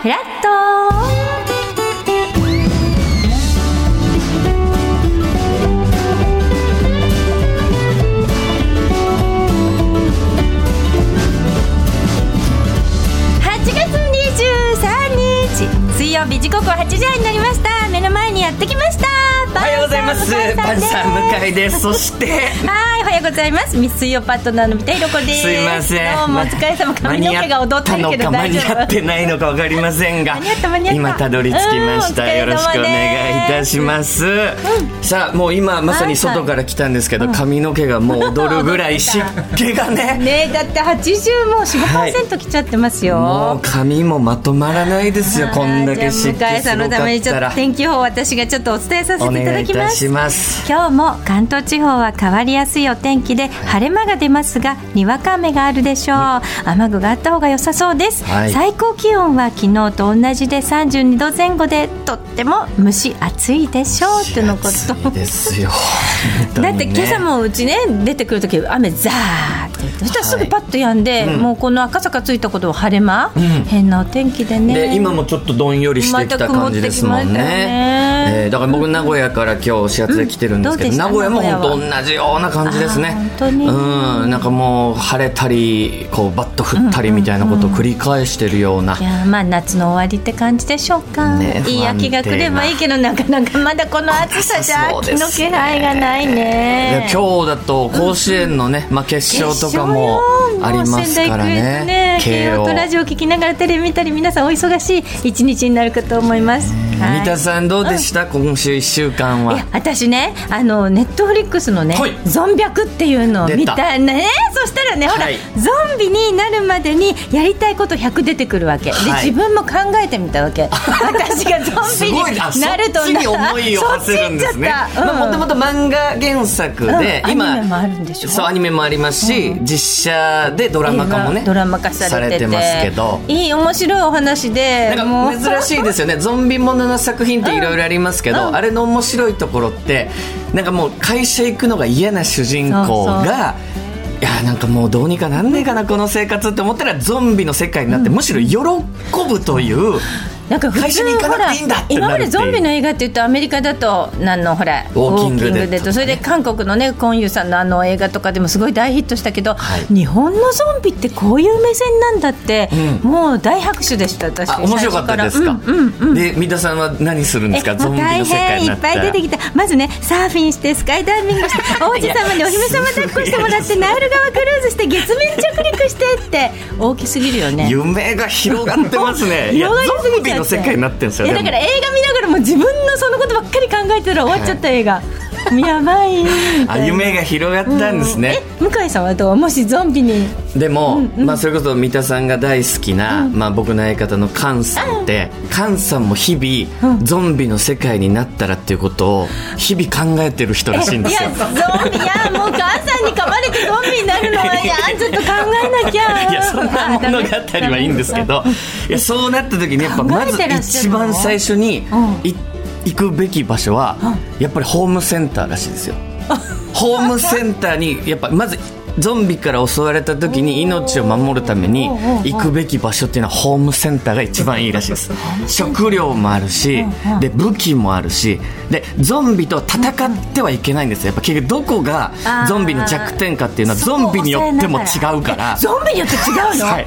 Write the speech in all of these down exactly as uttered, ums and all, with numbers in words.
フラット水曜日時刻ははちじはんになりました。目の前にやってきました。 おはようございます。パンさん向井です。そしてはい、おはようございます。ミス水曜パートナーの三田寛子です。 すいません、 どうもお疲れ様。髪の毛が踊ってるけど大丈夫？ 間に合ってないのか分かりませんが間に合った間に合った今たどり着きました。よろしくお願いいたします、うん、さあもう今まさに外から来たんですけど、はいはい、髪の毛がもう踊るぐらい湿気がねねだってはちじゅうもう よんじゅうごパーセント 来ちゃってますよ、 はい、もう髪もまとまらないですよ。こんだけ湿気すごかったら。向井さんのためにちょっと天気予報を私がちょっとお伝えさせていただきます。お願いいたします。今日も関東地方は変わりやすいお天気で晴れ間が出ますがにわか雨があるでしょう、うん、雨具があった方が良さそうです、はい、最高気温は昨日と同じでさんじゅうにどぜん後でとっても蒸し暑いでしょうとのこと。 暑いですよだって今朝もうちね出てくるとき雨ザーって言って、そしたらすぐパッと止んで、はい、もうこの赤坂ついたことは晴れ間、うん、変なお天気でね。 で今もちょっっとどんよりしてきた感じですもん ね, ね、えー、だから僕名古屋から今日始発で来てるんですけど、うん、名古屋も本当同じような感じですね。 本当に、 うん、なんかもう晴れたりこうバッと降ったりみたいなことを繰り返してるような、うんうんうん、いやまあ夏の終わりって感じでしょうか、ね、いい秋が来ればいいけどなかなかまだこの暑さじゃ秋の気配がないね。 今日だと甲子園のね、うんまあ、決勝とかもありますからね。 慶応とラジオ聞きながらテレビ見たり皆さんお忙しい一日になるかと思います。 三田さんどうでした、うん、今週いっしゅうかんは。 いや私ねあのネットフリックスのね、はい、ゾンビャクっていうのを見たね。そしたらねほら、はい、ゾンビになるまでにやりたいことひゃく出てくるわけ、はい、で自分も考えてみたわけ私がゾンビになるとそっちに思いを馳せるんですね。もともと漫画原作で、うん、今アニメもあるんでしょ。 そうアニメもありますし、うん、実写でドラマ化もねドラマ化されてて、されてますけど、 いい面白いお話でなんか珍しいですよね。ゾンビものの作品っていろいろありますけど、うんうん、あれの面白いところってなんかもう会社行くのが嫌な主人公がそうそういやなんかもうどうにかなんねえかなこの生活って思ったらゾンビの世界になって、うん、むしろ喜ぶというなんか普通会社に行かなくていいんだってなるっていう。今までゾンビの映画って言うとアメリカだと何のほらウォーキングデッド、ね、 それで韓国のねコンユさんのあの映画とかでもすごい大ヒットしたけど、はい、日本のゾンビってこういう目線なんだって、うん、もう大拍手でした。私あ面白かったですか、うんうんうん、で三田さんは何するんですか。ゾンビの世界になったら大変いっぱい出てきた。まずねサーフィンしてスカイダイビングして王子様にお姫様抱っこしてもらってナイル川クルーズして月面着陸してって大きすぎるよね。夢が広がってますねいやゾンビの世界になってるんですよ。 いやだから映画見ながらも自分のそのことばっかり考えてたら終わっちゃった映画やばいあ夢が広がったんですね、 うん、え向井さんはどうもしゾンビにでも、うんうんまあ、それこそ三田さんが大好きな、うんまあ、僕の相方の菅さんって菅さんも日々、うん、ゾンビの世界になったらっていうことを日々考えてる人らしいんですよ。 いやゾンビいやもう菅さんに噛まれてゾンビになるのはいやちょっと考えなきゃいやそんな物語はいいんですけどいやそうなった時にやっぱまず一番最初に行行くべき場所はやっぱりホームセンターらしいですよ。ホームセンターにやっぱまずゾンビから襲われた時に命を守るために行くべき場所っていうのはホームセンターが一番いいらしいです。食料もあるしで武器もあるしでゾンビと戦ってはいけないんですよ。やっぱ結局どこがゾンビの弱点かっていうのはゾンビによっても違うからゾンビによって違うの、はい、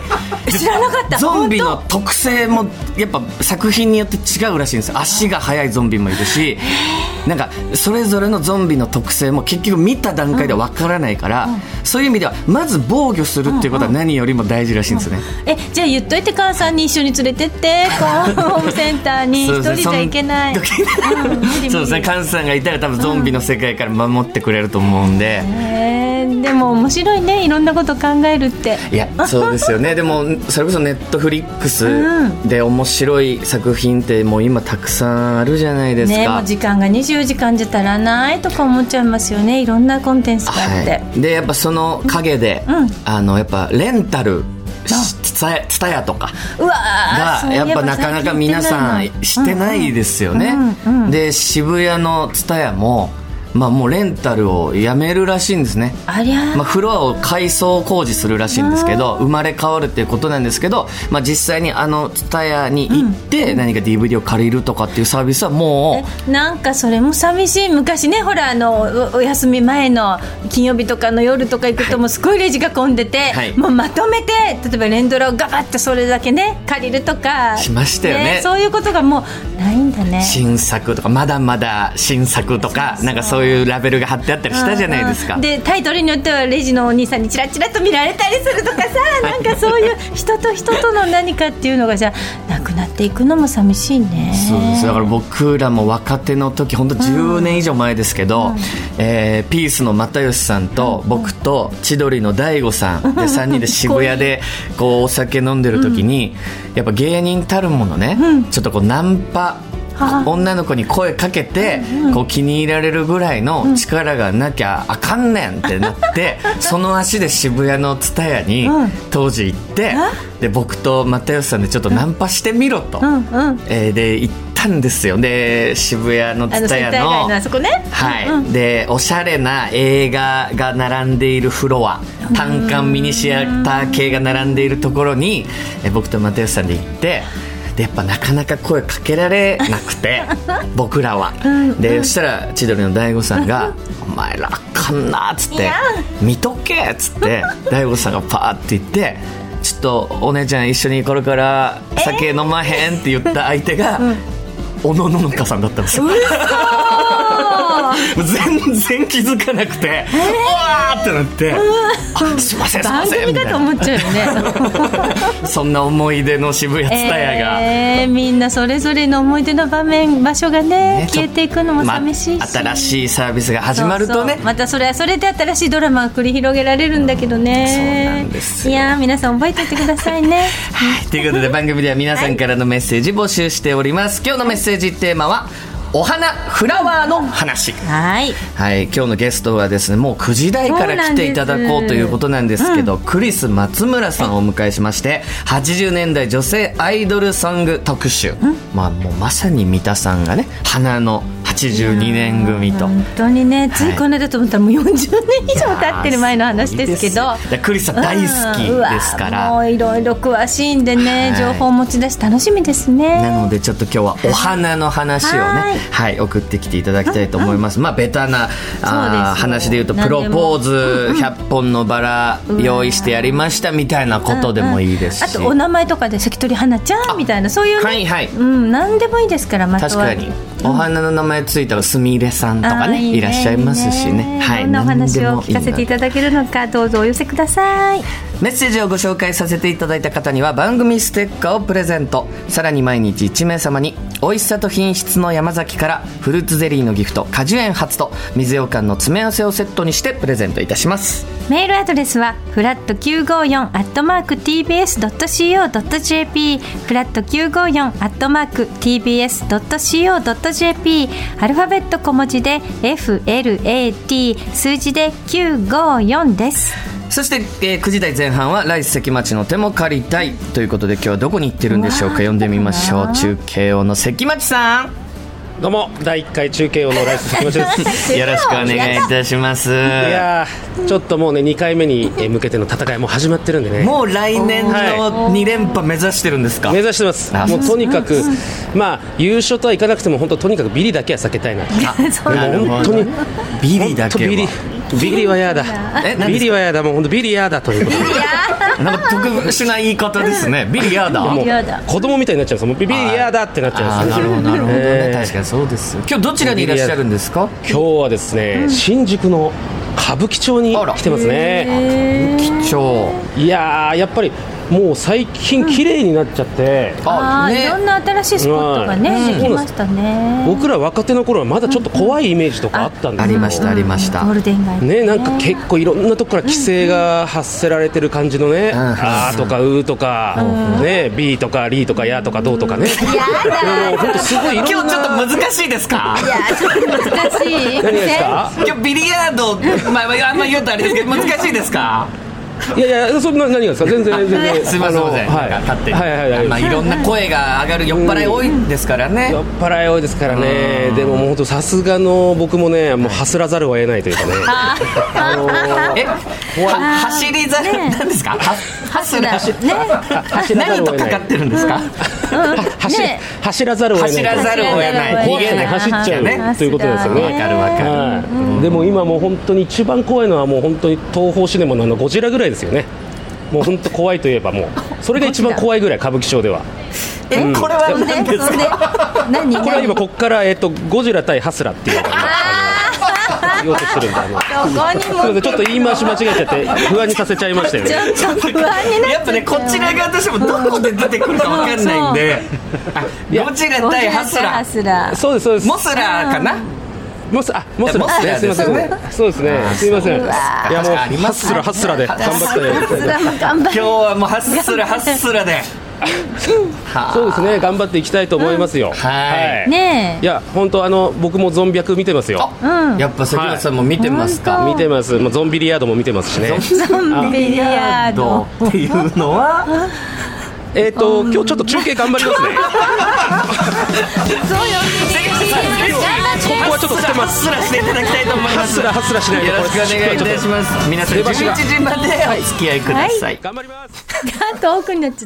知らなかった。 ゾンビの特性もやっぱ作品によって違うらしいんですよ。足が速いゾンビもいるしなんかそれぞれのゾンビの特性も結局見た段階では分からないから、うん、そういう意味ではまず防御するっていうことは何よりも大事らしいんですよね、 うんうん、えじゃあ言っといて母さんに一緒に連れてってホームセンターに一人じゃいけないそうですね菅さんがいたら多分ゾンビの世界から守ってくれると思うんで、 うん、でも面白いねいろんなこと考えるって。 いやそうですよねでもそれこそネットフリックスで面白い作品ってもう今たくさんあるじゃないですか、 ね、もう時間がにじゅうじかんじゃ足らないとか思っちゃいますよね。いろんなコンテンツがあって、はい、 でやっぱその陰で、うん、あのやっぱレンタルツタヤとかがやっぱなかなか皆さんしてないですよね、うんうんうん、で渋谷のツタヤもまあ、もうレンタルをやめるらしいんですね。 ありゃ、 まあ、フロアを改装工事するらしいんですけど、生まれ変わるっていうことなんですけど、まあ、実際にあのTSUTAYAに行って何か ディーブイディー を借りるとかっていうサービスはもう、なんかそれも寂しい。昔ね、ほらあの お, お休み前の金曜日とかの夜とか行くともうすごいレジが混んでて、はい、もうまとめて例えばレンドラをガバッとそれだけね借りるとかしましたよ ね, ね。そういうことがもうないんだね。 新作とかまだまだ新作とか、そうそう、なんかそういうラベルが貼ってあったりしたじゃないですか。 でタイトルによってはレジのお兄さんにチラチラと見られたりするとかさ、なんかそういう人と人との何かっていうのがじゃなくなっていくのも寂しいね。 そうです。だから僕らも若手の時本当じゅうねん以上前ですけど、うんえー、ピースの又吉さんと僕と千鳥の大悟さんでさんにんで渋谷でこうお酒飲んでる時に、うん、やっぱ芸人たるものね、うん、ちょっとこうナンパ女の子に声かけてこう気に入られるぐらいの力がなきゃあかんねんってなってその足で渋谷のTSUTAYAに当時行ってで僕と又吉さんでちょっとナンパしてみろとえーで行ったんですよ。で渋谷のTSUTAYAのはいでおしゃれな映画が並んでいるフロア単館ミニシアター系が並んでいるところに僕と又吉さんで行ってでやっぱなかなか声かけられなくて僕らはでそしたら千鳥の大悟さんがお前らあかんなっつって見とけっつって大悟さんがパーって言ってちょっとお姉ちゃん一緒にこれから酒飲まへんって言った相手が小野ののかさんだったんですよ。全然気づかなくて、えー、うわーってなって、あすいませんすいませんみたいな番組だと思っちゃうよねそんな思い出の渋谷TSUTAYAが、 えー、みんなそれぞれの思い出の場面場所が ね, ね消えていくのも寂しいし、ま、 新しいサービスが始まるとねそうそうまたそれはそれで新しいドラマが繰り広げられるんだけどね、 うん、そうなんですよ。 いや皆さん覚えておいてくださいねはい、ということで番組では皆さんからのメッセージ募集しております。今日のメッセージテーマはお花フラワーの話。 はい、 はい、今日のゲストはですねもうくじ台から来ていただこうということなんですけど、うん、クリス松村さんをお迎えしまして、はい、はちじゅうねんだい女性アイドルソング特集、うんまあ、もうまさに三田さんがね花のはちじゅうにねん組と本当にねついこの間と思ったらもうよんじゅうねん以上経ってる前の話ですけどクリスさん大好きですからもういろいろ詳しいんでね、はい、情報を持ち出し楽しみですね。なのでちょっと今日はお花の話をね、はいはい、送ってきていただきたいと思います、うんうん、まあベタなあ話で言うとプロポーズひゃっぽんのバラ用意してやりましたみたいなことでもいいですし、 うんうん、あとお名前とかで関取花ちゃんみたいなそういう、ねはいはいうん、何でもいいですからまた確かにお花の名前ついたらすみれさんとか ね, い, い, ねいらっしゃいますしね、 はい、どんなお話を聞かせていただけるのかどうぞお寄せください。 メッセージをご紹介させていただいた方には番組ステッカーをプレゼント。さらに毎日いちめい様に美味しさと品質の山崎からフルーツゼリーのギフト果樹園初と水ようかんの詰め合わせをセットにしてプレゼントいたします。 メールアドレスはフラットきゅうごよんアットマーク ティービーエスドットシーオードットジェーピー フラットきゅうごよんアットマーク ティービーエスドットシーオードットジェーピー アルファベット小文字で エフエルエーティー 数字できゅうごよんです。 そして、えー、くじ台前半はライス関町の手も借りたいということで今日はどこに行ってるんでしょうか。読んでみましょう。中継王の関町さん。 どうもだいいっかい中継王のライス関町ですよろしくお願いいたします。いやちょっともうねにかいめに向けての戦いも始まってるんでねもう来年のに連覇目指してるんですか。 目指してます。もうとにかくまあ優勝とはいかなくても本当とにかくビリだけは避けたいなと。 なるほど本当にビリだけはビリビリはやだビリはやだもう本当ビリやだということでなんか特殊な言い方ですね。ビリやだもう子供みたいになっちゃうんですよ。ビリやだってなっちゃうんですよ。 なるほどなるほどね、えー、確かにそうですよ。今日どちらにいらっしゃるんですか。 今日はですね、うん、新宿の歌舞伎町に来てますね。 歌舞伎町いやーやっぱりもう最近綺麗になっちゃって、 うん、あ、ね、いろんな新しいスポットがね、うん、できましたね。 僕ら若手の頃はまだちょっと怖いイメージとかあったんですけど、 ありましたありました。 ゴールデン街ね、 なんか結構いろんなとこから規制が発せられてる感じのね、うん、あーとかうーとか、うん、ね ビー とかリーとかやとかどうとかね、 やだ本当すごい今日ちょっと難しいですか。 いやちょっと難しい何ですか。 今日ビリヤード、まあ、あんま言うとあれですけど難しいですか。 いやいや、そんな何がですか、全然全然。 すみません、はい、勝手に、はいはいはい、まあ、いろんな声が上がる酔っ払い多いんですからね、 うん、酔っ払い多いですからね。でももう本当さすがの僕もね、もうはすらざるを得ないというかね。あのー、 え、走りざる、ね、なんですか、はすら、ね、何とかかってるんですか、 走らざるを得ない、 走らざるを得ない、 逃げない、走っちゃうねということですよね。 わかるわかる、はい、 うん、でも今もう本当に一番怖いのはもう本当に東宝シネマのあのゴジラぐらいですよね。もう本当怖いといえばもうそれが一番怖いぐらい、歌舞伎町では。 え、うん、これは何ですか。 何これは今ここから、えっと、ゴジラ対ハスラっていうのが言おうとしてるんで、あのちょっと言い回し間違えちゃって不安にさせちゃいましたよね。 ちょっと不安になっちゃって、 やっぱね、こちら側としてもどこで出てくるか分かんないんでゴジラ対ハスラ、 そうですそうです、 モスラーかな、 モス、あ、モスラですね。すみませんね。そうですね。すみません。いやもうハッスラハッスラで頑張って。 今日はもうハッスラハッスラで。 そうですね。頑張っていきたいと思いますよ。 はい。 ねえ。いや本当あの僕もゾンビ役見てますよ。 やっぱ関町さんも見てますか。 見てます。ゾンビリヤードも見てますしね。 ゾンビリヤードっていうのは。 えっと今日ちょっと中継頑張りますね。 そうよ。 ここはちょっと捨てます。 ハッスラしていただきたいと思います。 ハッスラハッスラしないでよろしくお願いいたします。皆さんじゅういちじまでお付き合いください。 頑張ります。 遠くになっちゃって。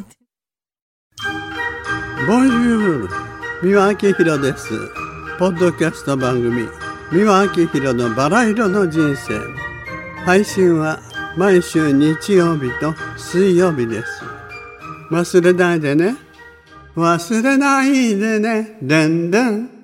ボンジュール、三輪明宏です。ポッドキャスト番組三輪明宏のバラ色の人生、配信は毎週日曜日と水曜日です。忘れないでね、忘れないでね、でんでん。